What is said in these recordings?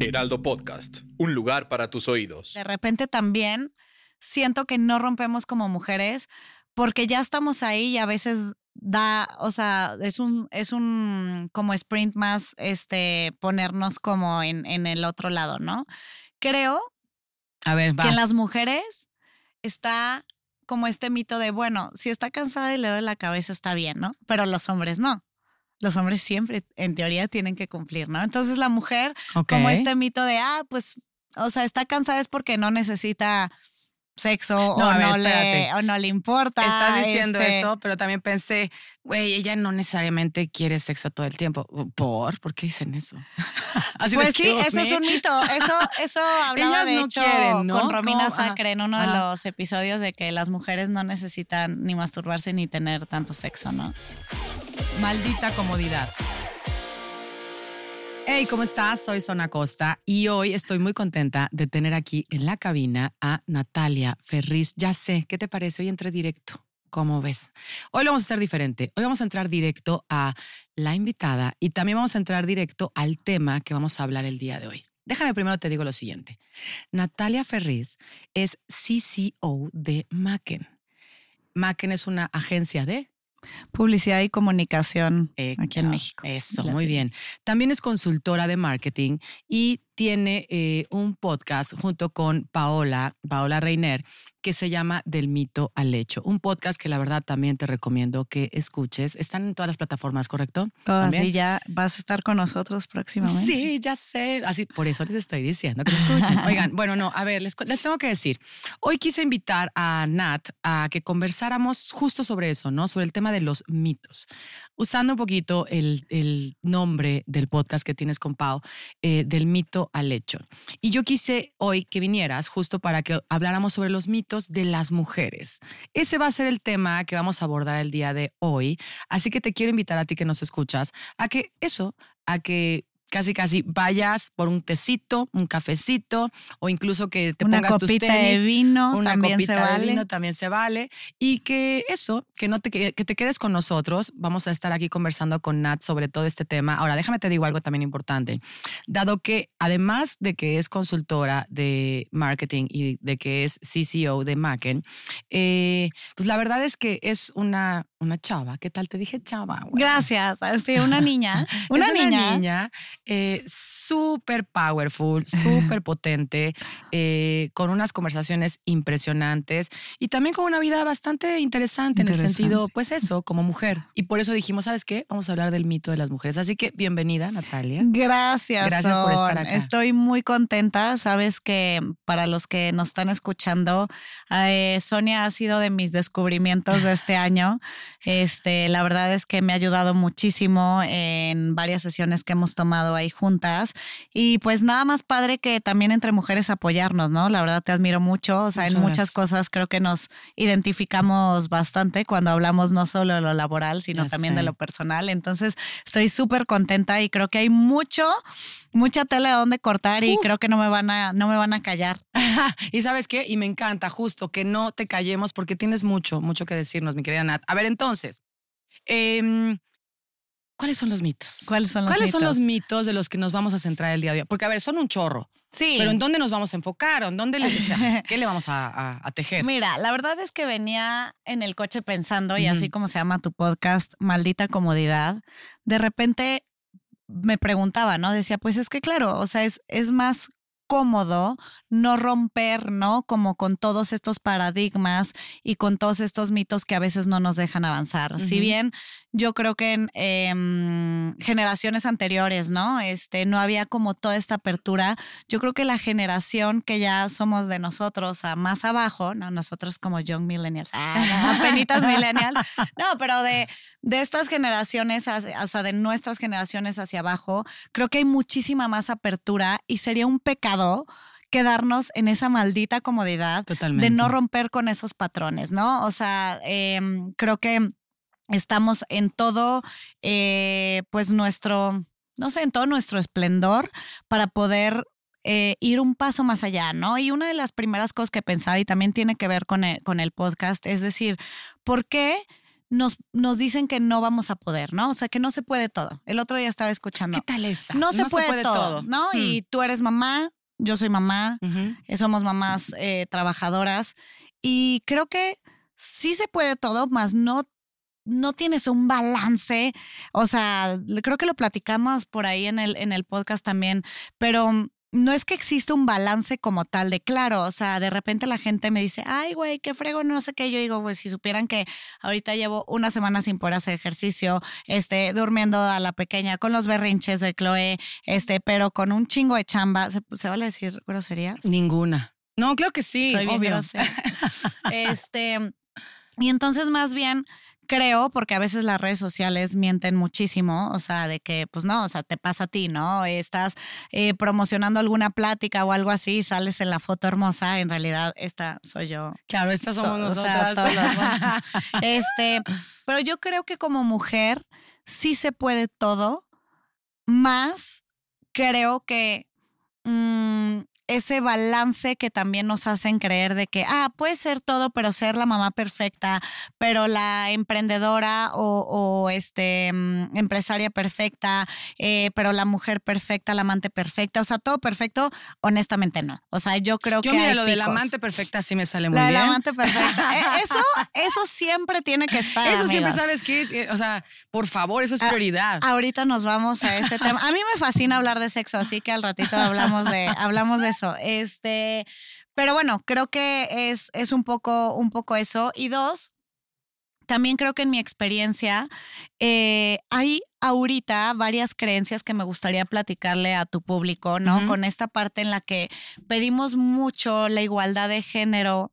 Heraldo Podcast, un lugar para tus oídos. De repente también siento que no rompemos como mujeres porque ya estamos ahí y a veces es un como sprint más ponernos como en el otro lado, ¿no? Creo que en las mujeres está como este mito de, bueno, si está cansada y le duele la cabeza está bien, ¿no? Pero los hombres no. Los hombres siempre, en teoría, tienen que cumplir, ¿no? Entonces la mujer, como este mito de, pues, o sea, está cansada es porque no necesita sexo o no le importa. Estás diciendo eso, pero también pensé, güey, ella no necesariamente quiere sexo todo el tiempo. ¿Por qué dicen eso? Así pues sí, eso es un mito. Eso hablaba de hecho ¿no? con Romina Sacre en uno de los episodios de que las mujeres no necesitan ni masturbarse ni tener tanto sexo, ¿no? Maldita comodidad. Hey, ¿cómo estás? Soy Sona Costa y hoy estoy muy contenta de tener aquí en la cabina a Natalia Ferriz. Ya sé, ¿qué te parece? Hoy entré directo. ¿Cómo ves? Hoy lo vamos a hacer diferente. Hoy vamos a entrar directo a la invitada y también vamos a entrar directo al tema que vamos a hablar el día de hoy. Déjame primero te digo lo siguiente. Natalia Ferriz es CCO de Macken. Macken es una agencia de publicidad y comunicación aquí en México. Eso, muy bien. También es consultora de marketing y tiene un podcast junto con Paola Reiner, que se llama Del mito al hecho. Un podcast que la verdad también te recomiendo que escuches. Están en todas las plataformas, ¿correcto? Todas, ¿también? Sí, ya vas a estar con nosotros próximamente. Sí, ya sé. Así, por eso les estoy diciendo que lo escuchen. Oigan, bueno, no, a ver, les tengo que decir. Hoy quise invitar a Nat a que conversáramos justo sobre eso, ¿no? Sobre el tema de los mitos. Usando un poquito el nombre del podcast que tienes con Pau, Del mito al hecho. Y yo quise hoy que vinieras justo para que habláramos sobre los mitos de las mujeres. Ese va a ser el tema que vamos a abordar el día de hoy. Así que te quiero invitar a ti que nos escuchas a que casi vayas por un tecito, un cafecito o incluso que te pongas tus tenis. Una copita de vino una también copita se vale. De vino también se vale. Y que te quedes con nosotros. Vamos a estar aquí conversando con Nat sobre todo este tema. Ahora, déjame te digo algo también importante. Dado que además de que es consultora de marketing y de que es CCO de Macken, pues la verdad es que es una chava. ¿Qué tal te dije chava? Bueno. Gracias. Sí, una niña. Una niña súper powerful, súper potente, con unas conversaciones impresionantes y también con una vida bastante interesante en el sentido, pues eso, como mujer. Y por eso dijimos, ¿sabes qué? Vamos a hablar del mito de las mujeres. Así que bienvenida, Natalia. Gracias por estar acá. Estoy muy contenta. Sabes que para los que nos están escuchando, Sonia ha sido de mis descubrimientos de este año. La verdad es que me ha ayudado muchísimo en varias sesiones que hemos tomado ahí juntas y pues nada más padre que también entre mujeres apoyarnos, ¿no? La verdad te admiro mucho, o sea, en muchas cosas creo que nos identificamos bastante cuando hablamos no solo de lo laboral, sino también de lo personal. Entonces estoy súper contenta y creo que hay mucha tela de donde cortar y creo que no me van a callar. ¿Y sabes qué? Y me encanta justo que no te callemos porque tienes mucho que decirnos, mi querida Nat. A ver, entonces, ¿cuáles son los mitos? ¿Cuáles son los mitos de los que nos vamos a centrar el día de hoy? Porque, a ver, son un chorro. Sí. Pero ¿en dónde nos vamos a enfocar? ¿Qué le vamos a tejer? Mira, la verdad es que venía en el coche pensando, y así como se llama tu podcast, Maldita Comodidad, de repente me preguntaba, ¿no? Decía, pues es que claro, o sea, es más cómodo no romper, ¿no? Como con todos estos paradigmas y con todos estos mitos que a veces no nos dejan avanzar. Si bien yo creo que en generaciones anteriores, ¿no? No había como toda esta apertura. Yo creo que la generación que ya somos de nosotros a más abajo, ¿no? Nosotros como young millennials, apenitas millennials, no, pero de estas generaciones, o sea, de nuestras generaciones hacia abajo, creo que hay muchísima más apertura y sería un pecado quedarnos en esa maldita comodidad. Totalmente. De no romper con esos patrones, ¿no? O sea, creo que estamos en todo, pues en todo nuestro esplendor para poder ir un paso más allá, ¿no? Y una de las primeras cosas que pensaba, y también tiene que ver con el podcast, es decir, ¿por qué nos dicen que no vamos a poder, ¿no? O sea, que no se puede todo. El otro día estaba escuchando. ¿Qué tal esa? No se puede todo, ¿no? Y tú eres mamá, yo soy mamá, somos mamás trabajadoras y creo que sí se puede todo, más no tienes un balance. O sea, creo que lo platicamos por ahí en el podcast también, pero no es que exista un balance como tal de claro. O sea, de repente la gente me dice, ay, güey, qué frego, no sé qué. Yo digo, pues si supieran que ahorita llevo una semana sin poder hacer ejercicio, durmiendo a la pequeña con los berrinches de Chloe, pero con un chingo de chamba. ¿Se vale decir groserías? Ninguna. No, creo que sí, soy obvio. Y entonces más bien creo, porque a veces las redes sociales mienten muchísimo, o sea, de que, pues no, o sea, te pasa a ti, ¿no? Estás promocionando alguna plática o algo así, sales en la foto hermosa, en realidad esta soy yo. Claro, estas somos nosotras. O sea, pero yo creo que como mujer sí se puede todo, más creo que ese balance que también nos hacen creer de que, puede ser todo, pero ser la mamá perfecta, pero la emprendedora o empresaria perfecta, pero la mujer perfecta, la amante perfecta, o sea, todo perfecto, honestamente no. O sea, yo creo que mira, hay lo de la picos. amante perfecta sí me sale muy La bien. de la amante perfecta. Eso siempre tiene que estar, Eso amigos. siempre, ¿sabes qué? O sea, por favor, eso es prioridad. Ahorita nos vamos a ese tema. A mí me fascina hablar de sexo, así que al ratito hablamos de eso. Pero bueno, creo que es un poco eso. Y dos, también creo que en mi experiencia hay ahorita varias creencias que me gustaría platicarle a tu público, ¿no? Con esta parte en la que pedimos mucho la igualdad de género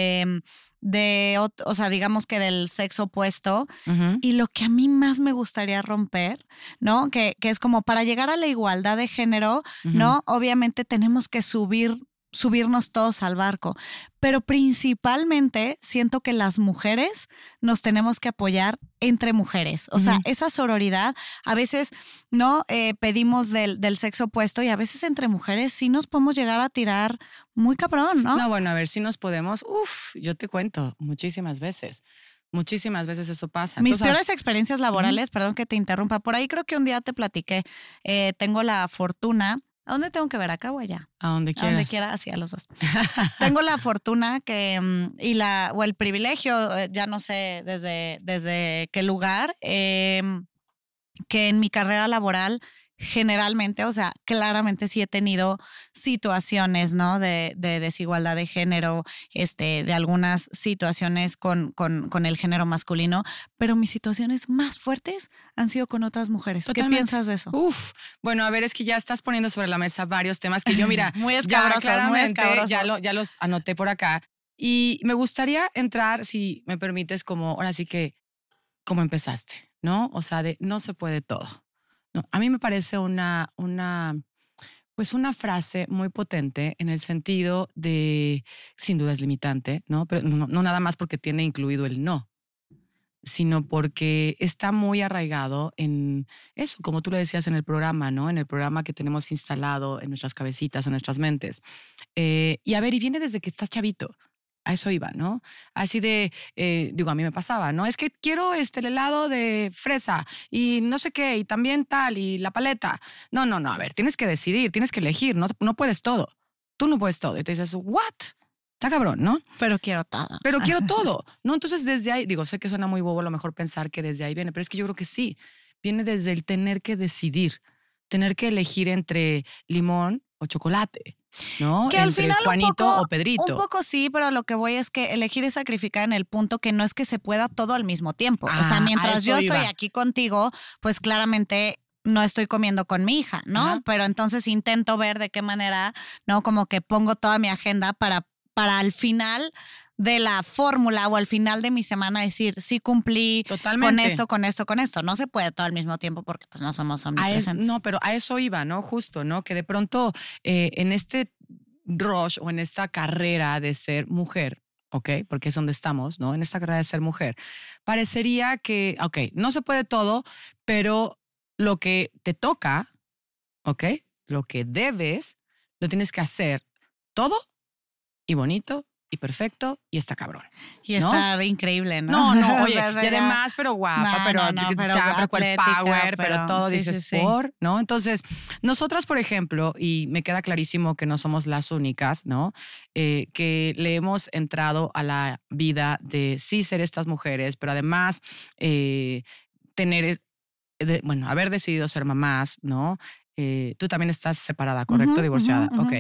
o sea, digamos que del sexo opuesto. Y lo que a mí más me gustaría romper, ¿no? Que es como para llegar a la igualdad de género, ¿no? Obviamente tenemos que subirnos todos al barco, pero principalmente siento que las mujeres nos tenemos que apoyar entre mujeres. O sea, esa sororidad, a veces no pedimos del sexo opuesto y a veces entre mujeres sí nos podemos llegar a tirar muy cabrón, ¿no? No, bueno, a ver si nos podemos. Yo te cuento muchísimas veces. Muchísimas veces eso pasa. Mis peores experiencias laborales, perdón que te interrumpa, por ahí creo que un día te platiqué, tengo la fortuna. ¿A dónde tengo que ver? ¿Acá o allá? A donde quieras. A donde quiera, hacia los dos. Tengo la fortuna o el privilegio, ya no sé desde qué lugar, que en mi carrera laboral generalmente, o sea, claramente sí he tenido situaciones, ¿no? De desigualdad de género, de algunas situaciones con el género masculino, pero mis situaciones más fuertes han sido con otras mujeres. Totalmente. ¿Qué piensas de eso? Bueno, a ver, es que ya estás poniendo sobre la mesa varios temas que yo, mira, muy escabrosos, ya los anoté por acá. Y me gustaría entrar, si me permites, como ahora sí que, como empezaste, ¿no? O sea, de no se puede todo. No, a mí me parece una frase muy potente en el sentido de, sin duda es limitante, ¿no? Pero no nada más porque tiene incluido el no, sino porque está muy arraigado en eso, como tú lo decías en el programa, ¿no? En el programa que tenemos instalado en nuestras cabecitas, en nuestras mentes. Y a ver, y viene desde que estás chavito. A eso iba, ¿no? Así de, a mí me pasaba, ¿no? Es que quiero el helado de fresa y no sé qué, y también tal, y la paleta. No, a ver, tienes que decidir, tienes que elegir, no puedes todo. Tú no puedes todo. Y te dices, ¿what? Está cabrón, ¿no? Pero quiero todo. Pero quiero todo, ¿no? Entonces desde ahí, sé que suena muy bobo a lo mejor pensar que desde ahí viene, pero es que yo creo que sí, viene desde el tener que decidir, tener que elegir entre limón o chocolate, ¿no? Que al entre final Juanito o Pedrito. Un poco sí, pero a lo que voy es que elegir es sacrificar en el punto que no es que se pueda todo al mismo tiempo. O sea, mientras yo estoy aquí contigo, pues claramente no estoy comiendo con mi hija, ¿no? Ajá. Pero entonces intento ver de qué manera, ¿no? Como que pongo toda mi agenda para al final de la fórmula o al final de mi semana decir, sí cumplí totalmente con esto. No se puede todo al mismo tiempo porque pues no somos omnipresentes. No, pero a eso iba, ¿no? Justo, ¿no? Que de pronto en este rush o en esta carrera de ser mujer, ¿ok? Porque es donde estamos, ¿no? En esta carrera de ser mujer, parecería que, ok, no se puede todo, pero lo que te toca, ¿ok? Lo que debes, lo tienes que hacer todo y bonito y perfecto y está cabrón. Y ¿no? está increíble, ¿no? No, O oye, sea, y sería- además, pero guapa, pero atlética, power, pero todo sí, dices sí, sí. por, ¿no? Entonces, nosotras, por ejemplo, y me queda clarísimo que no somos las únicas, ¿no? Que le hemos entrado a la vida de sí ser estas mujeres, pero además haber decidido ser mamás, ¿no? Tú también estás separada, ¿correcto? Divorciada. Ok.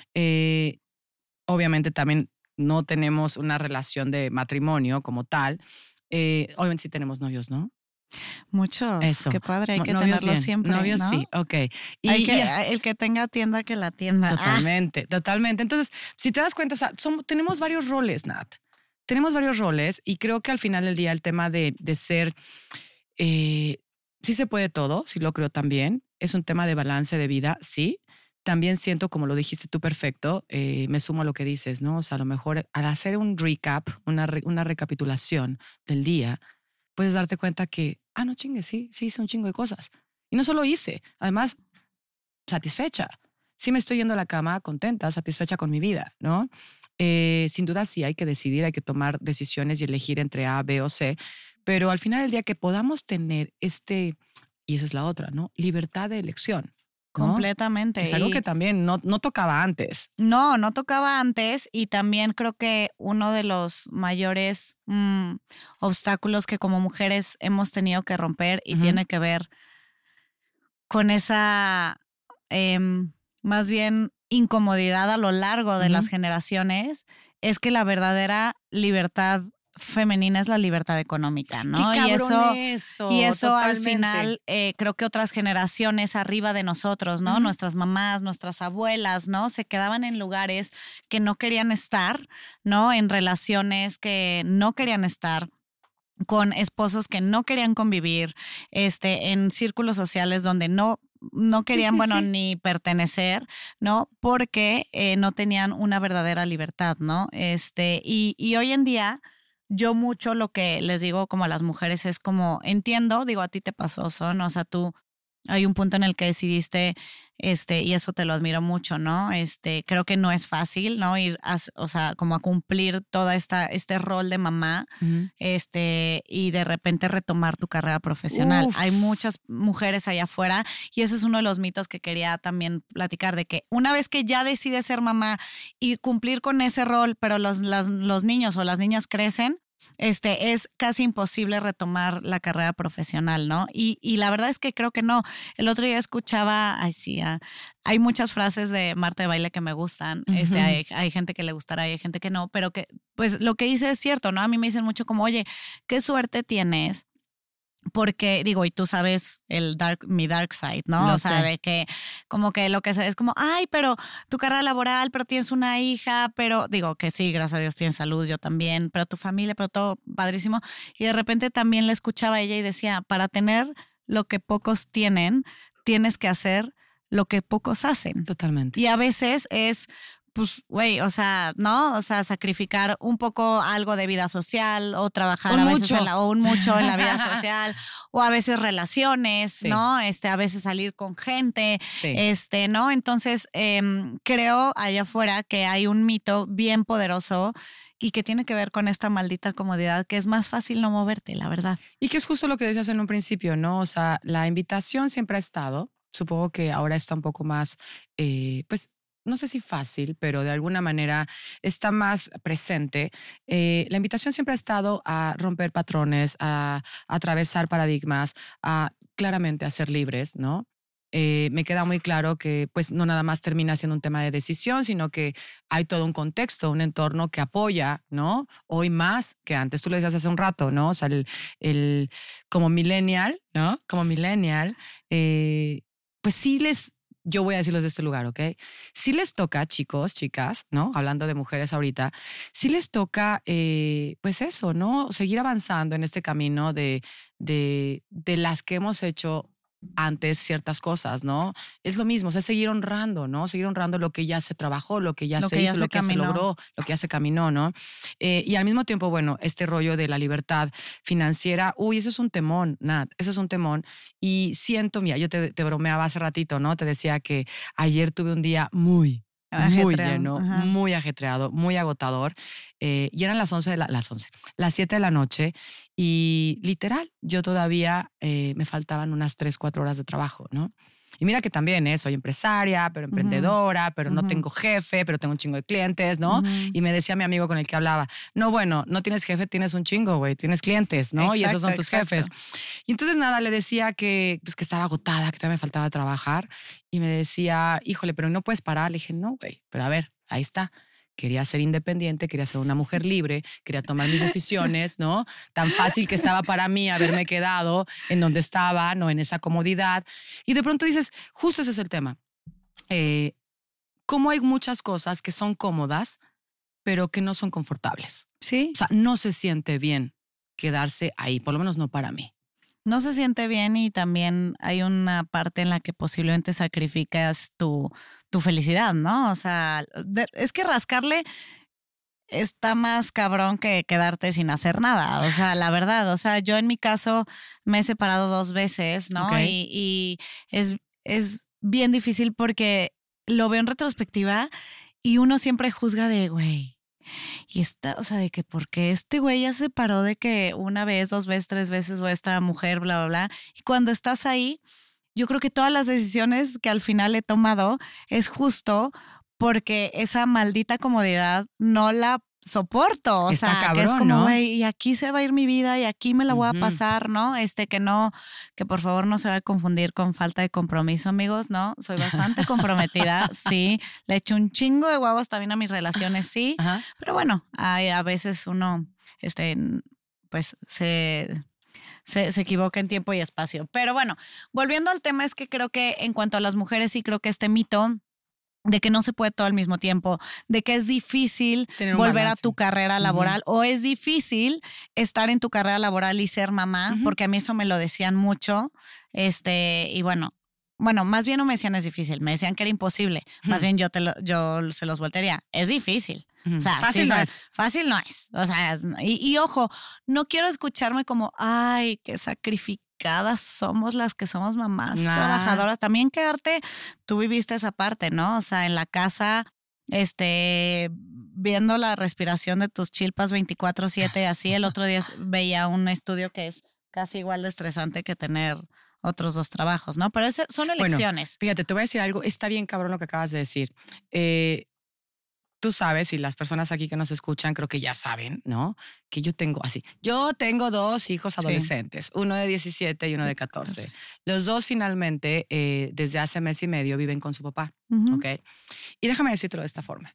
Obviamente también no tenemos una relación de matrimonio como tal. Obviamente sí tenemos novios, ¿no? Muchos. Eso. Qué padre, hay que Novios tenerlos bien, siempre, novios ¿no? sí, ok. El que tenga tienda, que la tienda. Totalmente, totalmente. Entonces, si te das cuenta, o sea, tenemos varios roles, Nat. Tenemos varios roles y creo que al final del día el tema de ser, sí se puede todo, sí lo creo también. Es un tema de balance de vida, sí. También siento, como lo dijiste tú perfecto, me sumo a lo que dices, ¿no? O sea, a lo mejor al hacer un recap, una recapitulación del día, puedes darte cuenta que, no chingues, sí hice un chingo de cosas. Y no solo hice, además, satisfecha. Sí me estoy yendo a la cama contenta, satisfecha con mi vida, ¿no? Sin duda sí hay que decidir, hay que tomar decisiones y elegir entre A, B o C, pero al final del día que podamos tener y esa es la otra, ¿no? Libertad de elección. ¿No? Completamente. Es algo que también no tocaba antes. No tocaba antes y también creo que uno de los mayores obstáculos que como mujeres hemos tenido que romper y tiene que ver con esa más bien incomodidad a lo largo de las generaciones es que la verdadera libertad femenina es la libertad económica, ¿no? ¡Qué cabrón eso! Y eso Totalmente. al final creo que otras generaciones arriba de nosotros, ¿no? Nuestras mamás, nuestras abuelas, ¿no? Se quedaban en lugares que no querían estar, ¿no? En relaciones que no querían estar, con esposos que no querían convivir, en círculos sociales donde no querían, sí. ni pertenecer, ¿no? Porque no tenían una verdadera libertad, ¿no? Y hoy en día yo mucho lo que les digo como a las mujeres es como, entiendo, digo, a ti te pasó, Son, o sea, tú hay un punto en el que decidiste, y eso te lo admiro mucho, ¿no? Creo que no es fácil, ¿no? Ir o sea, como a cumplir toda este rol de mamá, y de repente retomar tu carrera profesional. Uf. Hay muchas mujeres allá afuera y ese es uno de los mitos que quería también platicar, de que una vez que ya decides ser mamá y cumplir con ese rol, pero los niños o las niñas crecen, es casi imposible retomar la carrera profesional, ¿no? Y la verdad es que creo que no. El otro día escuchaba, hay muchas frases de Marta de Baile que me gustan. Hay gente que le gustará, hay gente que no, pero que, pues, lo que dice es cierto, ¿no? A mí me dicen mucho como, oye, qué suerte tienes. Porque, digo, y tú sabes mi dark side, ¿no? O sea, de que como que lo que es como, ay, pero tu carrera laboral, pero tienes una hija, pero digo que sí, gracias a Dios tienes salud, yo también, pero tu familia, pero todo padrísimo. Y de repente también le escuchaba a ella y decía, para tener lo que pocos tienen, tienes que hacer lo que pocos hacen. Totalmente. Y a veces es, pues, güey, o sea, ¿no? O sea, sacrificar un poco algo de vida social o trabajar un mucho en la vida social o a veces relaciones, ¿no? A veces salir con gente, ¿no? Entonces, creo allá afuera que hay un mito bien poderoso y que tiene que ver con esta maldita comodidad, que es más fácil no moverte, la verdad. Y que es justo lo que decías en un principio, ¿no? O sea, la invitación siempre ha estado, supongo que ahora está un poco más, pues, no sé si fácil, pero de alguna manera está más presente. La invitación siempre ha estado a romper patrones, a atravesar paradigmas, claramente a ser libres, ¿no? Me queda muy claro que pues no nada más termina siendo un tema de decisión, sino que hay todo un contexto, un entorno que apoya, ¿no? Hoy más que antes. Tú lo decías hace un rato, ¿no? O sea, como millennial, ¿no? Como millennial, pues sí yo voy a decirles de este lugar, ¿ok? Sí les toca, chicos, chicas, ¿no? Hablando de mujeres ahorita, sí les toca, pues eso, ¿no? Seguir avanzando en este camino de las que hemos hecho antes ciertas cosas, ¿no? Es lo mismo, o sea, seguir honrando, ¿no? Seguir honrando lo que ya se trabajó, lo que ya se hizo, lo que ya se logró, lo que ya se caminó, ¿no? Y al mismo tiempo, bueno, este rollo de la libertad financiera, eso es un temón, Nat, eso es un temón. Y siento, mira, yo te bromeaba hace ratito, ¿no? Te decía que ayer tuve un día muy, muy Ajetreado. lleno, Ajá. muy ajetreado, muy agotador. Y eran las 7 de la noche. Y literal, yo todavía me faltaban unas 3, 4 horas de trabajo, ¿no? Y mira que también soy empresaria, pero emprendedora, pero no tengo jefe, pero tengo un chingo de clientes, ¿no? Y me decía mi amigo con el que hablaba, no, bueno, no tienes jefe, tienes un chingo, güey, tienes clientes, ¿no? Y esos son tus jefes. Y entonces nada, le decía que, pues, que estaba agotada, que todavía me faltaba trabajar. Y me decía, híjole, pero no puedes parar. Le dije, no, güey, pero a ver, ahí está. Quería ser independiente, quería ser una mujer libre, quería tomar mis decisiones, ¿no? Tan fácil que estaba para mí haberme quedado en donde estaba, no en esa comodidad. Y de pronto dices, justo ese es el tema. Cómo hay muchas cosas que son cómodas, pero que no son confortables. Sí. O sea, no se siente bien quedarse ahí, por lo menos no para mí. No se siente bien y también hay una parte en la que posiblemente sacrificas tu felicidad, ¿no? O sea, es que rascarle está más cabrón que quedarte sin hacer nada. O sea, la verdad, o sea, yo en mi caso me he separado 2 veces, ¿no? Okay. Y es bien difícil porque lo veo en retrospectiva y uno siempre juzga de, güey, y o sea, de que porque este güey ya se paró de que 1 vez, 2 veces, 3 veces o esta mujer, bla, bla, bla. Y cuando estás ahí, yo creo que todas las decisiones que al final he tomado es justo porque esa maldita comodidad no la soporto. O Está sea, cabrón, que es como, ¿no? güey, y aquí se va a ir mi vida y aquí me la voy a pasar, ¿no? Que por favor no se va a confundir con falta de compromiso, amigos, ¿no? Soy bastante comprometida, sí. Le echo un chingo de huevos también a mis relaciones, sí. Ajá. Pero bueno, a veces uno, pues se equivoca en tiempo y espacio. Pero bueno, volviendo al tema, es que creo que en cuanto a las mujeres, sí creo que este mito de que no se puede todo al mismo tiempo, de que es difícil volver a tu carrera laboral o es difícil estar en tu carrera laboral y ser mamá, porque a mí eso me lo decían mucho. Y bueno, más bien no me decían es difícil, me decían que era imposible. Más bien yo se los voltearía. Es difícil. O sea, fácil sí, no es. Fácil no es. O sea, y ojo, no quiero escucharme como, ay, qué sacrificadas somos las que somos mamás trabajadoras. También quedarte, tú viviste esa parte, ¿no? O sea, en la casa, viendo la respiración de tus chilpas 24/7, así. El otro día veía un estudio que es casi igual de estresante que tener otros 2 trabajos, ¿no? Pero son elecciones. Bueno, fíjate, te voy a decir algo, está bien cabrón lo que acabas de decir. Tú sabes, y las personas aquí que nos escuchan creo que ya saben, ¿no? Que yo tengo 2 hijos adolescentes, uno de 17 y uno de 14. Los 2 finalmente, desde hace mes y medio, viven con su papá, ¿ok? Y déjame decírtelo de esta forma.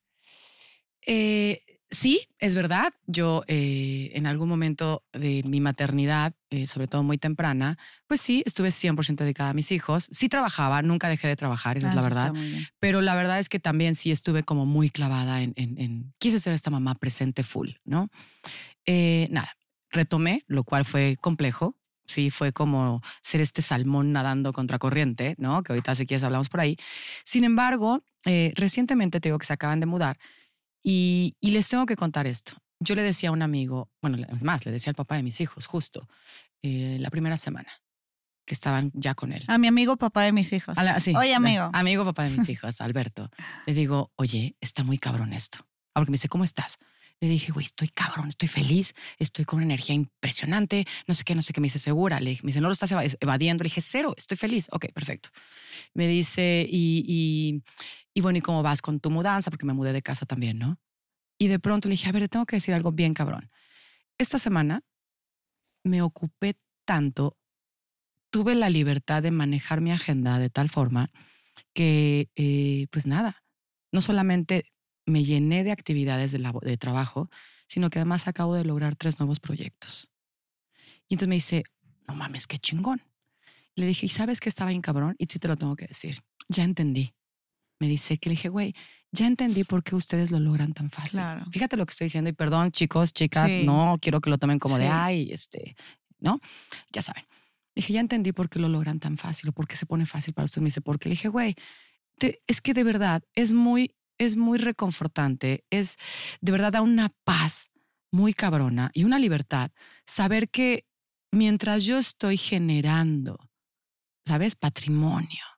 Sí, es verdad. Yo en algún momento de mi maternidad, sobre todo muy temprana, pues sí, estuve 100% dedicada a mis hijos. Sí trabajaba, nunca dejé de trabajar, esa es la verdad. Pero la verdad es que también sí estuve como muy clavada en quise ser esta mamá presente full, ¿no? Nada, retomé, lo cual fue complejo. Sí, fue como ser este salmón nadando contra corriente, ¿no? Que ahorita si quieres hablamos por ahí. Sin embargo, recientemente te digo que se acaban de mudar. Y les tengo que contar esto. Yo le decía a un amigo, bueno, es más, le decía al papá de mis hijos, justo la primera semana que estaban ya con él. A mi amigo papá de mis hijos. Sí, oye, amigo. Amigo papá de mis hijos, Alberto. Le digo, oye, está muy cabrón esto. Porque me dice, ¿cómo estás? Le dije, güey, estoy cabrón, estoy feliz, estoy con una energía impresionante, no sé qué. Me dice, ¿segura? Me dice, no lo estás evadiendo. Le dije, 0, estoy feliz. Ok, perfecto. Me dice, y bueno, ¿y cómo vas con tu mudanza? Porque me mudé de casa también, ¿no? Y de pronto le dije, a ver, te tengo que decir algo bien cabrón. Esta semana me ocupé tanto, tuve la libertad de manejar mi agenda de tal forma que, pues nada, no solamente me llené de actividades de trabajo, sino que además acabo de lograr 3 nuevos proyectos. Y entonces me dice, no mames, qué chingón. Le dije, ¿y sabes qué estaba bien cabrón? Y sí te lo tengo que decir. Ya entendí. Me dice que le dije, güey, ya entendí por qué ustedes lo logran tan fácil. Claro. Fíjate lo que estoy diciendo y perdón, chicos, chicas, no quiero que lo tomen como de, ay, ¿no? Ya saben. Le dije, ya entendí por qué lo logran tan fácil o por qué se pone fácil para ustedes. Me dice, porque le dije, güey, es que de verdad es muy reconfortante, es de verdad da una paz muy cabrona y una libertad saber que mientras yo estoy generando, ¿sabes? Patrimonio,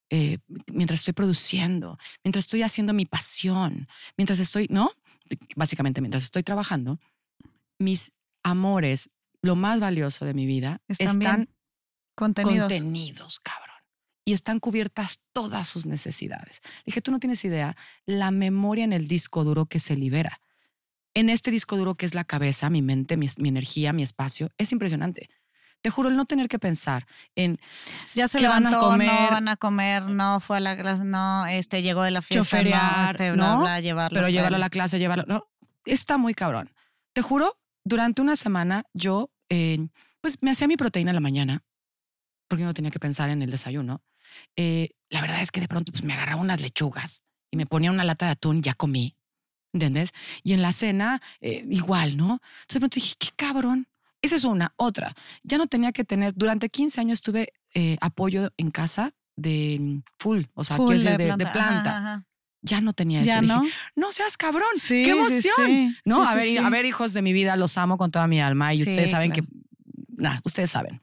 mientras estoy produciendo, mientras estoy haciendo mi pasión, mientras estoy, ¿no? Básicamente, mientras estoy trabajando, mis amores, lo más valioso de mi vida, están contenidos, cabrón. Y están cubiertas todas sus necesidades. Dije, tú no tienes idea la memoria en el disco duro que se libera. En este disco duro que es la cabeza, mi mente, mi energía, mi espacio, es impresionante. Te juro, el no tener que pensar en ya se levantó, van a comer, no van a comer, no fue a la clase, no, llegó de la fiesta, choferear, no, bla, bla, llevarlo. Pero llevarlo a la clase, llevarlo, no, está muy cabrón. Te juro, durante una semana yo, pues me hacía mi proteína en la mañana, porque no tenía que pensar en el desayuno. La verdad es que de pronto pues me agarraba unas lechugas y me ponía una lata de atún, ya comí, ¿entiendes? Y en la cena, igual, ¿no? Entonces de pronto dije, qué cabrón. Esa es una. Otra, ya no tenía que tener, durante 15 años tuve apoyo en casa de full, o sea, full de planta. Ajá. Ya no tenía eso. ¿Ya dije, no? no seas cabrón, sí, qué emoción. Sí, ¿no? Sí, a ver, hijos de mi vida, los amo con toda mi alma y ustedes saben claro. ustedes saben.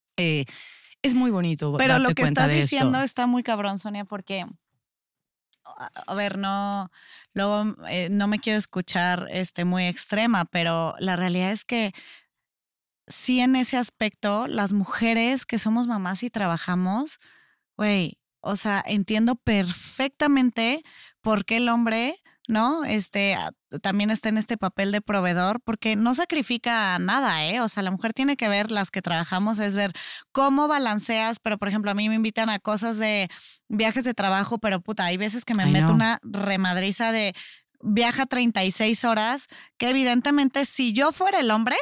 Es muy bonito. Pero lo que estás de diciendo esto. Está muy cabrón, Sonia, porque, a ver, no, luego no me quiero escuchar muy extrema, pero la realidad es que sí, en ese aspecto, las mujeres que somos mamás y trabajamos, güey, o sea, entiendo perfectamente por qué el hombre, ¿no? También está en este papel de proveedor, porque no sacrifica nada, ¿eh? O sea, la mujer tiene que ver, las que trabajamos, es ver cómo balanceas, pero por ejemplo, a mí me invitan a cosas de viajes de trabajo, pero puta, hay veces que me meto una remadriza de viaja 36 horas, que evidentemente si yo fuera el hombre,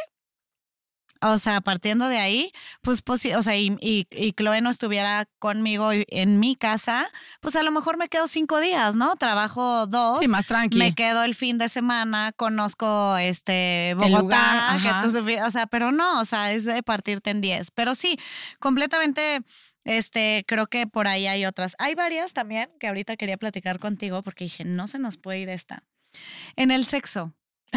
o sea, partiendo de ahí, pues o sea, y Chloe no estuviera conmigo en mi casa, pues a lo mejor me quedo 5 días, ¿no? Trabajo 2. Sí, más tranqui. Me quedo el fin de semana, conozco Bogotá, o sea, pero no, o sea, es de partirte en 10. Pero sí, completamente, creo que por ahí hay otras. Hay varias también que ahorita quería platicar contigo porque dije, no se nos puede ir esta. En el sexo.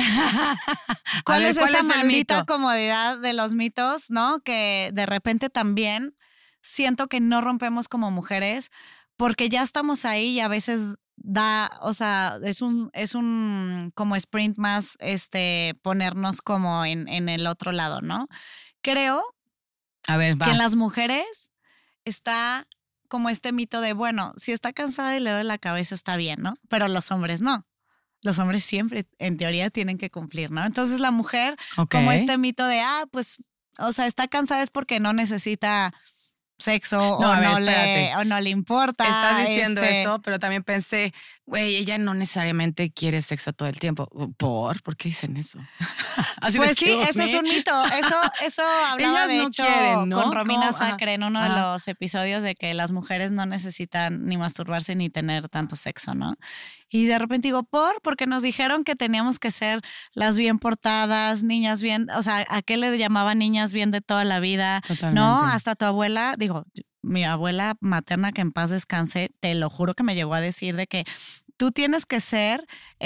¿Cuál es esa maldita comodidad de los mitos, no? Que de repente también siento que no rompemos como mujeres porque ya estamos ahí y a veces o sea, es un como sprint más, ponernos como en el otro lado, ¿no? Creo que en las mujeres está como este mito de, bueno, si está cansada y le duele la cabeza está bien, ¿no? Pero los hombres no. Los hombres siempre, en teoría, tienen que cumplir, ¿no? Entonces la mujer, como este mito de, pues, o sea, está cansada es porque no necesita sexo o no le importa. Estás diciendo eso, pero también pensé, güey, ella no necesariamente quiere sexo todo el tiempo. ¿Por qué dicen eso? Pues sí, eso es un mito. Eso hablaba ellas de hecho quieren, ¿no? Con Romina Sacre en uno de los episodios de que las mujeres no necesitan ni masturbarse ni tener tanto sexo, ¿no? Y de repente digo, porque nos dijeron que teníamos que ser las bien portadas, niñas bien, o sea, ¿a qué le llamaban niñas bien de toda la vida? Totalmente. ¿No? Hasta tu abuela, mi abuela materna, que en paz descanse, te lo juro que me llegó a decir de que tú tienes que ser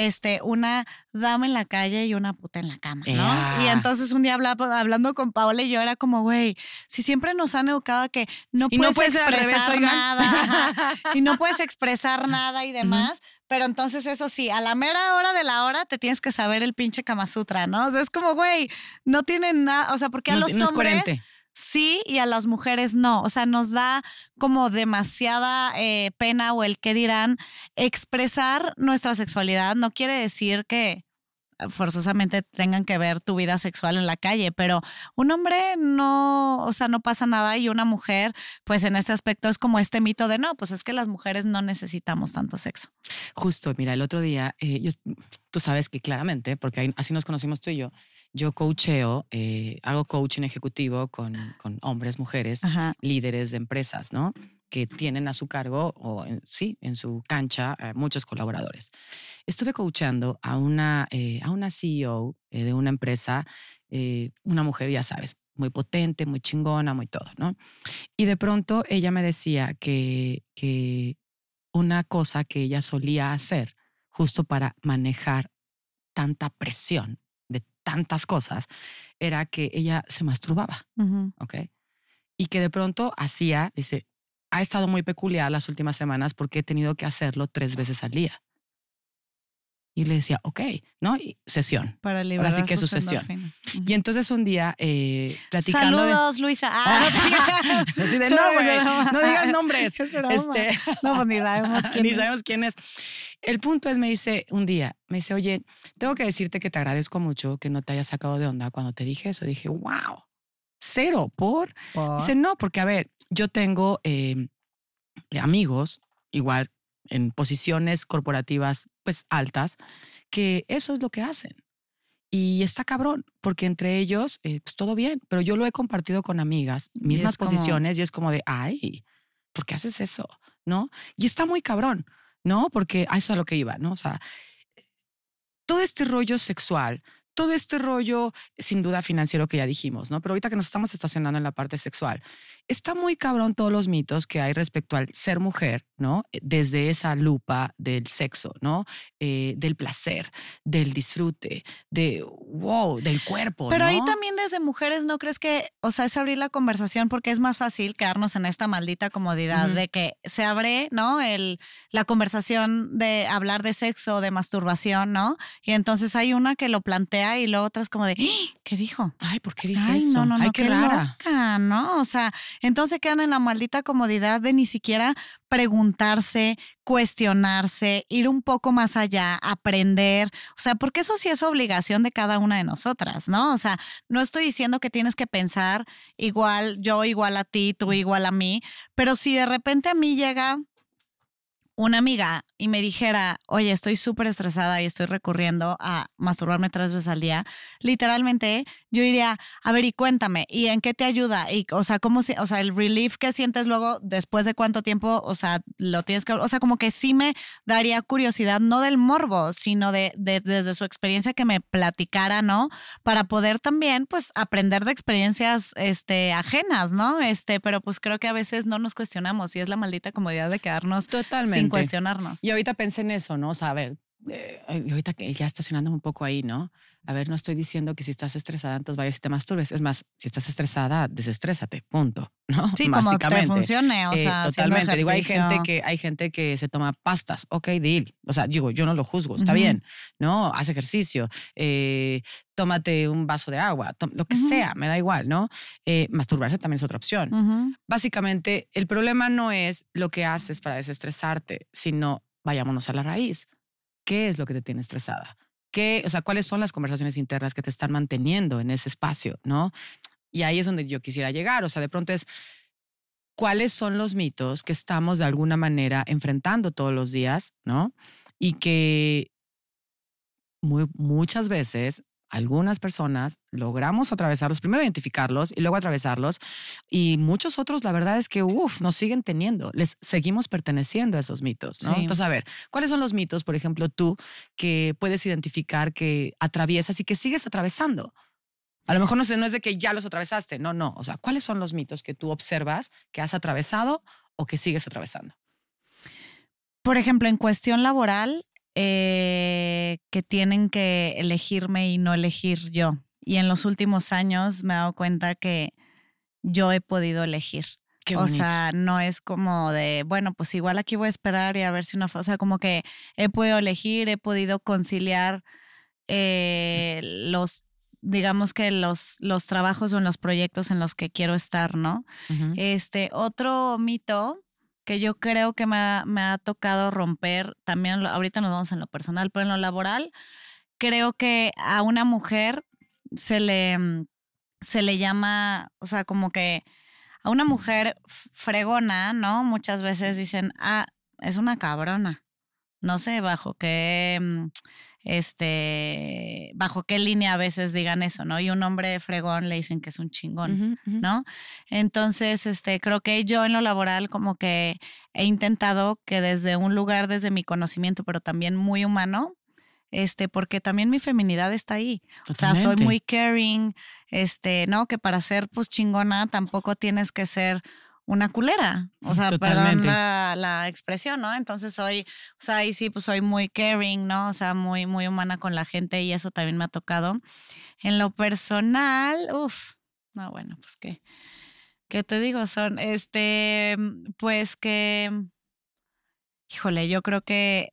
una dama en la calle y una puta en la cama, ¿no? Y entonces un día hablando con Paola y yo era como, güey, si siempre nos han educado a que no puedes expresar nada y no puedes expresar nada y demás, pero entonces eso sí, a la mera hora de la hora te tienes que saber el pinche Kama Sutra, ¿no? O sea, es como, güey, no tienen nada, o sea, porque a los hombres sí y a las mujeres no. O sea, nos da como demasiada pena o el qué dirán expresar nuestra sexualidad. No quiere decir que forzosamente tengan que ver tu vida sexual en la calle, pero un hombre no, o sea, no pasa nada y una mujer, pues en este aspecto es como este mito de no, pues es que las mujeres no necesitamos tanto sexo. Justo, mira, el otro día, tú sabes que claramente, porque así nos conocimos tú y yo coacheo, hago coaching ejecutivo con hombres, mujeres, líderes de empresas, ¿no? Que tienen a su cargo, en su cancha, muchos colaboradores. Estuve coachando a una CEO de una empresa, una mujer, ya sabes, muy potente, muy chingona, muy todo, ¿no? Y de pronto ella me decía que una cosa que ella solía hacer justo para manejar tanta presión de tantas cosas era que ella se masturbaba, ¿ok? Y que de pronto dice, ha estado muy peculiar las últimas semanas porque he tenido que hacerlo 3 veces al día. Y le decía, ok, ¿no? Y sesión. Para liberar ahora sí que es su sus sesión. endorfinas. Y entonces un día platicando Saludos, Luisa. así de, no, güey, no digas nombres. Es broma. No, pues ni sabemos quién Ni es. sabemos quién es. El punto es, me dice un día, oye, tengo que decirte que te agradezco mucho que no te hayas sacado de onda cuando te dije eso. Dije, wow, 0 por. Dice, no, porque a ver, yo tengo amigos, igual en posiciones corporativas pues altas, que eso es lo que hacen. Y está cabrón, porque entre ellos, pues todo bien, pero yo lo he compartido con amigas, mismas posiciones, y es como de, ay, ¿por qué haces eso? ¿No? Y está muy cabrón, ¿no? Porque a eso es a lo que iba, ¿no? O sea, todo este rollo sexual, todo este rollo, sin duda financiero que ya dijimos, ¿no? Pero ahorita que nos estamos estacionando en la parte sexual, está muy cabrón todos los mitos que hay respecto al ser mujer, ¿no? Desde esa lupa del sexo, ¿no? Del placer, del disfrute, del cuerpo, Pero ¿no? ahí también desde mujeres, ¿no crees que, o sea, es abrir la conversación porque es más fácil quedarnos en esta maldita comodidad de que se abre, ¿no? La conversación de hablar de sexo, de masturbación, ¿no? Y entonces hay una que lo plantea y luego otra es como de, ¿qué dijo? Ay, ¿por qué dice Ay, eso? no, Ay, qué rara. loca, ¿no? O sea, entonces quedan en la maldita comodidad de ni siquiera preguntarse, cuestionarse, ir un poco más allá, aprender. O sea, porque eso sí es obligación de cada una de nosotras, ¿no? O sea, no estoy diciendo que tienes que pensar igual, yo igual a ti, tú igual a mí, pero si de repente a mí llega una amiga y me dijera, oye, estoy súper estresada y estoy recurriendo a masturbarme 3 veces al día, literalmente yo iría, a ver, y cuéntame, ¿y en qué te ayuda? Y, o sea, o sea, el relief que sientes luego, después de cuánto tiempo, o sea, lo tienes que, o sea, como que sí me daría curiosidad, no del morbo, sino desde su experiencia que me platicara, ¿no? Para poder también, pues, aprender de experiencias, ajenas, ¿no? Pero pues creo que a veces no nos cuestionamos y es la maldita comodidad de quedarnos sin cuestionarnos. Y ahorita pensé en eso, ¿no? O sea, a ver, ahorita que ya estacionándome un poco ahí, ¿no? A ver, no estoy diciendo que si estás estresada, entonces vayas y te masturbes. Es más, si estás estresada, desestrésate, punto, ¿no? Sí, como te funcione, o sea, totalmente. Digo, hay gente que se toma pastas, ok, deal. O sea, digo, yo no lo juzgo, está bien, ¿no? Haz ejercicio, tómate un vaso de agua, lo que sea, me da igual, ¿no? Masturbarse también es otra opción. Básicamente, el problema no es lo que haces para desestresarte, sino vayámonos a la raíz. ¿Qué es lo que te tiene estresada? O sea, ¿cuáles son las conversaciones internas que te están manteniendo en ese espacio, no? Y ahí es donde yo quisiera llegar. O sea, de pronto es, ¿cuáles son los mitos que estamos de alguna manera enfrentando todos los días, no? Y que muchas veces algunas personas logramos atravesarlos, primero identificarlos y luego atravesarlos, y muchos otros la verdad es que nos siguen teniendo, les seguimos perteneciendo a esos mitos, ¿no? Sí. Entonces, a ver, ¿cuáles son los mitos, por ejemplo, tú que puedes identificar que atraviesas y que sigues atravesando? A lo mejor no es de que ya los atravesaste, no, o sea, ¿cuáles son los mitos que tú observas que has atravesado o que sigues atravesando? Por ejemplo, en cuestión laboral, que tienen que elegirme y no elegir yo. Y en los últimos años me he dado cuenta que yo he podido elegir. Qué bonito. O sea, no es como de, bueno, pues igual aquí voy a esperar y a ver si no. O sea, como que he podido elegir, he podido conciliar digamos que los trabajos o en los proyectos en los que quiero estar, ¿no? Otro mito que yo creo que me ha tocado romper, también ahorita nos vamos en lo personal, pero en lo laboral, creo que a una mujer se le llama, o sea, como que a una mujer fregona, ¿no? Muchas veces dicen, es una cabrona. No sé bajo qué línea a veces digan eso, ¿no? Y un hombre fregón le dicen que es un chingón, ¿no? Entonces, creo que yo en lo laboral como que he intentado que desde un lugar, desde mi conocimiento, pero también muy humano, porque también mi feminidad está ahí. Totalmente. O sea, soy muy caring, ¿no? Que para ser pues chingona tampoco tienes que ser una culera, o sea, totalmente. Perdón la expresión, ¿no? Entonces ahí sí, pues soy muy caring, ¿no? O sea, muy, muy humana con la gente y eso también me ha tocado. En lo personal, no, bueno, pues ¿Qué te digo? Son, pues que, híjole, yo creo que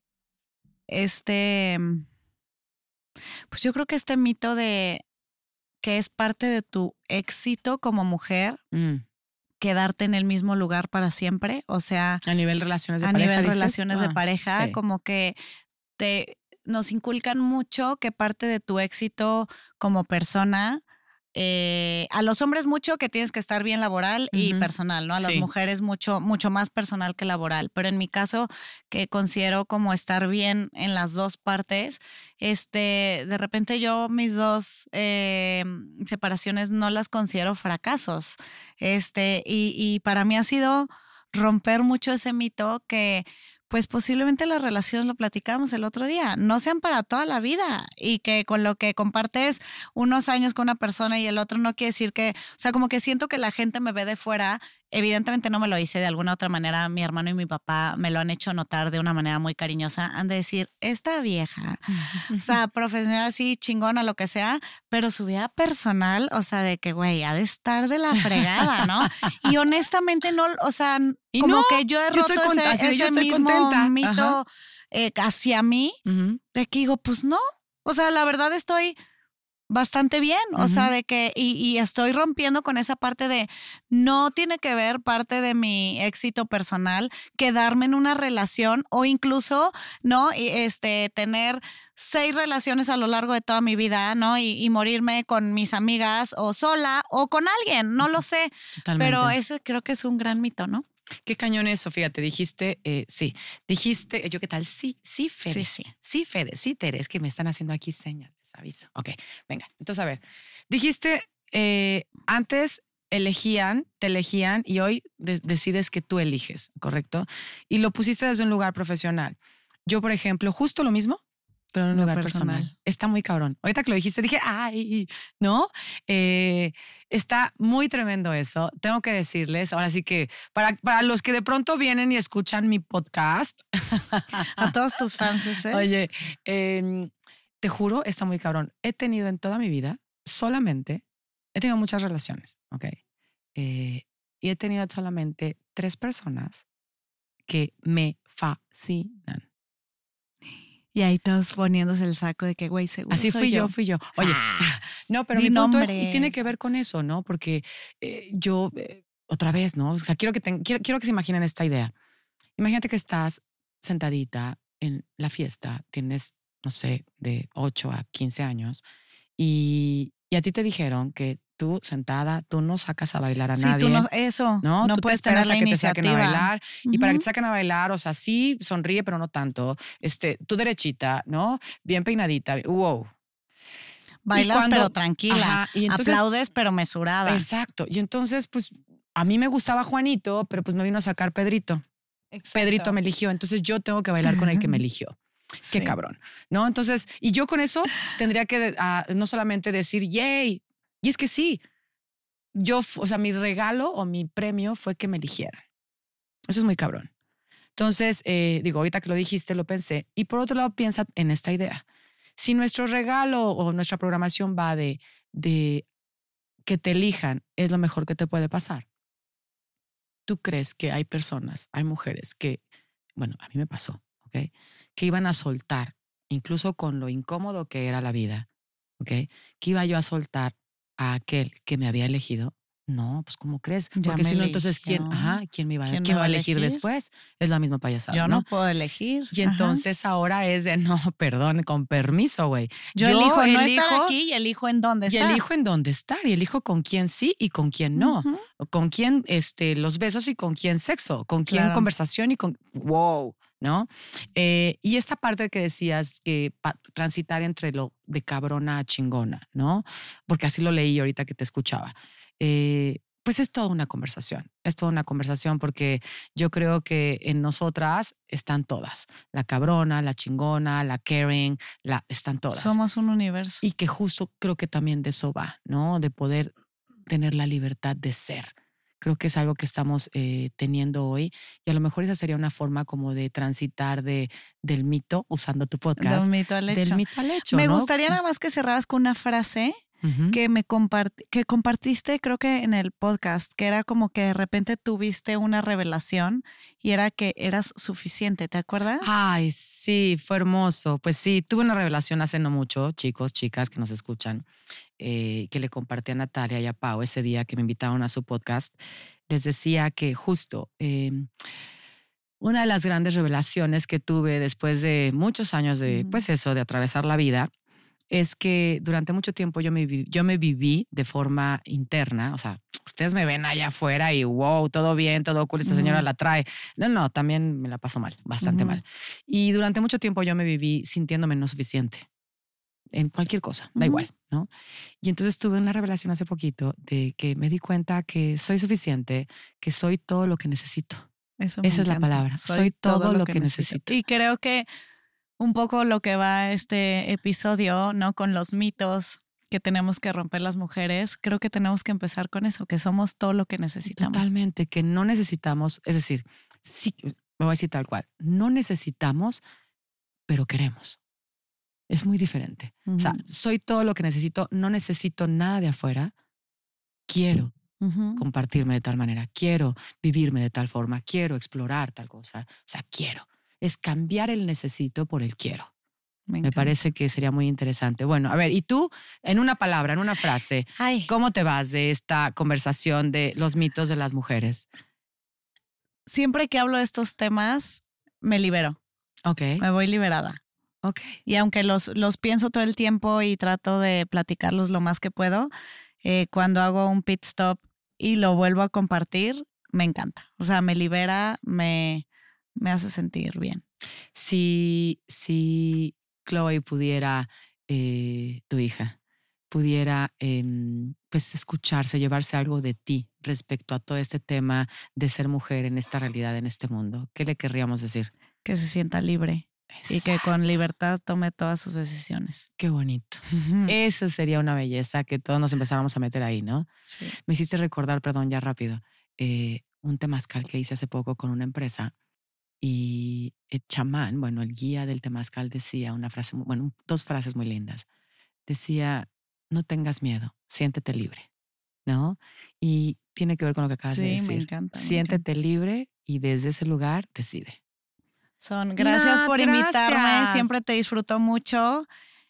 pues yo creo que este mito de que es parte de tu éxito como mujer, quedarte en el mismo lugar para siempre, o sea, a nivel relaciones de a pareja. nivel ¿dices? relaciones de pareja, sí. como que nos inculcan mucho que parte de tu éxito como persona, a los hombres mucho que tienes que estar bien laboral y personal, ¿no? A las mujeres mucho más personal que laboral. Pero en mi caso, que considero como estar bien en las dos partes, de repente yo mis dos separaciones no las considero fracasos. Y para mí ha sido romper mucho ese mito que pues posiblemente las relaciones, lo platicábamos el otro día, no sean para toda la vida y que con lo que compartes unos años con una persona y el otro no quiere decir que, o sea, como que siento que la gente me ve de fuera. Evidentemente no me lo hice de alguna otra manera. Mi hermano y mi papá me lo han hecho notar de una manera muy cariñosa. Han de decir, esta vieja, o sea, profesional así, chingona, lo que sea, pero su vida personal, o sea, de que, güey, ha de estar de la fregada, ¿no? Y honestamente no, o sea, y como no, que yo he roto ese mismo mito hacia mí, de que digo, pues no, o sea, la verdad estoy bastante bien, o sea, de que, y estoy rompiendo con esa parte de, no tiene que ver parte de mi éxito personal, quedarme en una relación o incluso, ¿no? Tener 6 relaciones a lo largo de toda mi vida, ¿no? Y morirme con mis amigas o sola o con alguien, no lo sé. Totalmente. Pero ese creo que es un gran mito, ¿no? Qué cañón eso, fíjate, dijiste, yo qué tal, sí, Fede, sí, Fede, sí, Tere, es que me están haciendo aquí señas, les aviso. Ok, venga, entonces a ver, dijiste, antes te elegían y hoy decides que tú eliges, ¿correcto? Y lo pusiste desde un lugar profesional. Yo, por ejemplo, justo lo mismo, pero en un lugar personal. Está muy cabrón. Ahorita que lo dijiste, dije, ¡ay! ¿No? Está muy tremendo eso. Tengo que decirles, ahora sí que para los que de pronto vienen y escuchan mi podcast. A todos tus fans, ¿eh? Oye, te juro, está muy cabrón. He tenido en toda mi vida, he tenido muchas relaciones, ¿ok? Y he tenido solamente 3 personas que me fascinan. Y ahí todos poniéndose el saco de que, güey, seguro así fui yo. Oye, no, pero mi punto es, y tiene que ver con eso, ¿no? Porque yo, otra vez, ¿no? O sea, quiero que se imaginen esta idea. Imagínate que estás sentadita en la fiesta, tienes, no sé, de 8 a 15 años y a ti te dijeron que tú sentada, tú no sacas a bailar a nadie. Tú no tú puedes te esperas tener la a que iniciativa. te saquen a bailar. Y para que te saquen a bailar, o sea, sí, sonríe, pero no tanto. Tú derechita, ¿no? Bien peinadita. Wow. Bailas pero tranquila. Y entonces, aplaudes pero mesurada. Exacto. Y entonces, pues, a mí me gustaba Juanito, pero pues me vino a sacar Pedrito. Exacto. Pedrito me eligió. Entonces yo tengo que bailar con el que me eligió. Sí. Qué cabrón, ¿no? Entonces, y yo con eso tendría que no solamente decir, yay. Y es que sí, o sea, mi regalo o mi premio fue que me eligieran. Eso es muy cabrón. Entonces, ahorita que lo dijiste, lo pensé. Y por otro lado, piensa en esta idea. Si nuestro regalo o nuestra programación va de que te elijan, es lo mejor que te puede pasar. ¿Tú crees que hay mujeres que, bueno, a mí me pasó, ¿ok? Que iban a soltar, incluso con lo incómodo que era la vida, ¿ok? Que iba yo a soltar a aquel que me había elegido? No, pues ¿cómo crees? Porque si no, entonces ¿quién me va a elegir después? Es la misma payasada. Yo no puedo elegir. Y entonces ahora es de no, perdón, con permiso, güey. Yo elijo no estar aquí y elijo en dónde estar. Y elijo en dónde estar y elijo con quién sí y con quién no. Con quién los besos y con quién sexo, con quién conversación y con wow, ¿no? Y esta parte que decías que transitar entre lo de cabrona a chingona, ¿no? Porque así lo leí ahorita que te escuchaba. Pues es toda una conversación porque yo creo que en nosotras están todas, la cabrona, la chingona, la caring, están todas. Somos un universo. Y que justo creo que también de eso va, ¿no? De poder tener la libertad de ser. Creo que es algo que estamos teniendo hoy y a lo mejor esa sería una forma como de transitar del mito, usando tu podcast. Del mito al hecho. Del mito al hecho, Me ¿no? gustaría nada más que cerraras con una frase que compartiste, creo que en el podcast, que era como que de repente tuviste una revelación y era que eras suficiente, ¿te acuerdas? Ay, sí, fue hermoso. Pues sí, tuve una revelación hace no mucho, chicos, chicas que nos escuchan, que le compartí a Natalia y a Pau ese día que me invitaron a su podcast. Les decía que justo una de las grandes revelaciones que tuve después de muchos años de, pues eso, de atravesar la vida, es que durante mucho tiempo yo me viví de forma interna. O sea, ustedes me ven allá afuera y wow, todo bien, todo cool, esta señora la trae. No, también me la paso mal, bastante mal. Y durante mucho tiempo yo me viví sintiéndome no suficiente en cualquier cosa, da igual, ¿no? Y entonces tuve una revelación hace poquito de que me di cuenta que soy suficiente, que soy todo lo que necesito. Esa es la palabra, soy todo lo que necesito. Y creo que un poco lo que va este episodio, ¿no? Con los mitos que tenemos que romper las mujeres, creo que tenemos que empezar con eso, que somos todo lo que necesitamos. Totalmente, que no necesitamos, es decir, sí, me voy a decir tal cual, no necesitamos, pero queremos. Es muy diferente. O sea, soy todo lo que necesito, no necesito nada de afuera, quiero compartirme de tal manera, quiero vivirme de tal forma, quiero explorar tal cosa, o sea, quiero. Es cambiar el necesito por el quiero. Me parece que sería muy interesante. Bueno, a ver, y tú, en una palabra, en una frase, ¿cómo te vas de esta conversación de los mitos de las mujeres? Siempre que hablo de estos temas, me libero. Ok. Me voy liberada. Ok. Y aunque los pienso todo el tiempo y trato de platicarlos lo más que puedo, cuando hago un pit stop y lo vuelvo a compartir, me encanta. O sea, me libera, me hace sentir bien. Si Chloe pudiera, tu hija, pudiera pues escucharse, llevarse algo de ti respecto a todo este tema de ser mujer en esta realidad, en este mundo, ¿qué le querríamos decir? Que se sienta libre. Exacto. Y que con libertad tome todas sus decisiones. Qué bonito. Eso sería una belleza, que todos nos empezáramos a meter ahí, ¿no? Sí. Me hiciste recordar, perdón, ya rápido, un temazcal que hice hace poco con una empresa. Y el chamán, bueno, el guía del temazcal decía una frase, bueno, dos frases muy lindas. Decía, no tengas miedo, siéntete libre, ¿no? Y tiene que ver con lo que acabas de decir. Sí, me encanta. Siéntete libre y desde ese lugar decide. Gracias por invitarme, siempre te disfruto mucho.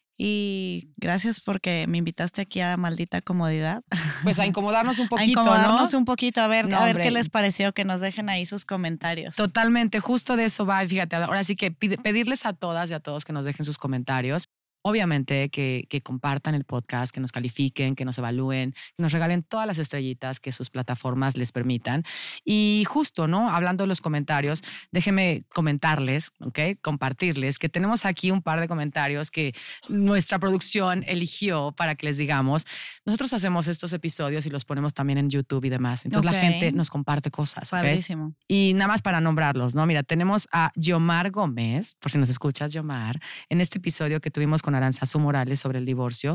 Y gracias porque me invitaste aquí a Maldita Comodidad. Pues a incomodarnos un poquito, un poquito, a ver qué les pareció, que nos dejen ahí sus comentarios. Totalmente, justo de eso va. Fíjate, ahora sí que pedirles a todas y a todos que nos dejen sus comentarios. Obviamente que compartan el podcast, que nos califiquen, que nos evalúen, que nos regalen todas las estrellitas que sus plataformas les permitan. Y justo, ¿no? Hablando de los comentarios, déjenme comentarles, ¿ok? Compartirles que tenemos aquí un par de comentarios que nuestra producción eligió para que les digamos. Nosotros hacemos estos episodios y los ponemos también en YouTube y demás. Entonces la gente nos comparte cosas. Padrísimo. ¿Okay? Y nada más para nombrarlos, ¿no? Mira, tenemos a Yomar Gómez, por si nos escuchas, Yomar, en este episodio que tuvimos con Aranzazu Morales sobre el divorcio,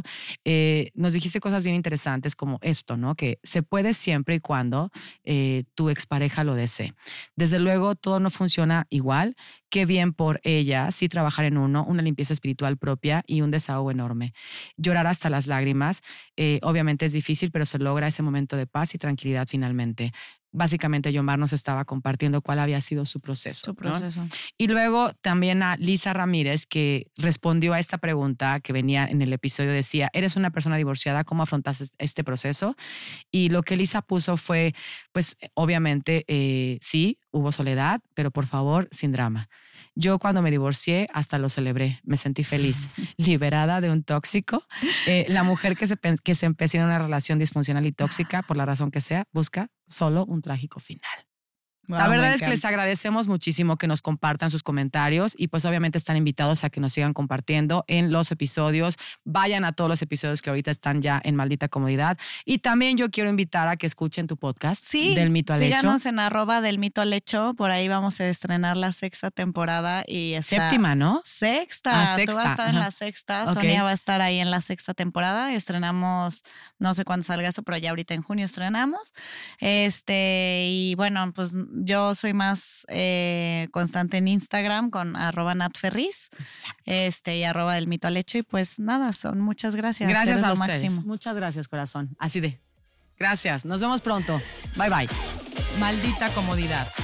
nos dijiste cosas bien interesantes como esto, ¿no? Que se puede siempre y cuando tu expareja lo desee. Desde luego, todo no funciona igual. Qué bien por ella, sí trabajar en una limpieza espiritual propia y un desahogo enorme. Llorar hasta las lágrimas, obviamente es difícil, pero se logra ese momento de paz y tranquilidad finalmente. Básicamente, Yomar nos estaba compartiendo cuál había sido su proceso. Su proceso. ¿No? Y luego también a Lisa Ramírez, que respondió a esta pregunta que venía en el episodio, decía, ¿eres una persona divorciada? ¿Cómo afrontas este proceso? Y lo que Lisa puso fue, pues obviamente sí, hubo soledad, pero por favor, sin drama. Yo cuando me divorcié hasta lo celebré, me sentí feliz, liberada de un tóxico. La mujer que se empecina en una relación disfuncional y tóxica, por la razón que sea, busca solo un trágico final. Wow, la verdad es que les agradecemos muchísimo que nos compartan sus comentarios y pues obviamente están invitados a que nos sigan compartiendo en los episodios. Vayan a todos los episodios que ahorita están ya en Maldita Comodidad. Y también yo quiero invitar a que escuchen tu podcast Del Mito al Hecho. Síganos en @Del Mito al Hecho. Por ahí vamos a estrenar la 6ª temporada. Y séptima, ¿no? Sexta. Tú vas a estar en la 6ª. Okay. Sonia va a estar ahí en la 6ª temporada. Estrenamos, no sé cuándo salga eso, pero ya ahorita en junio estrenamos. Y bueno, pues yo soy más constante en Instagram con @natferris y @delmitoalhecho. Y pues nada, muchas gracias. Gracias Eres a lo ustedes. máximo. Muchas gracias, corazón. Así de. Gracias. Nos vemos pronto. Bye, bye. Maldita comodidad.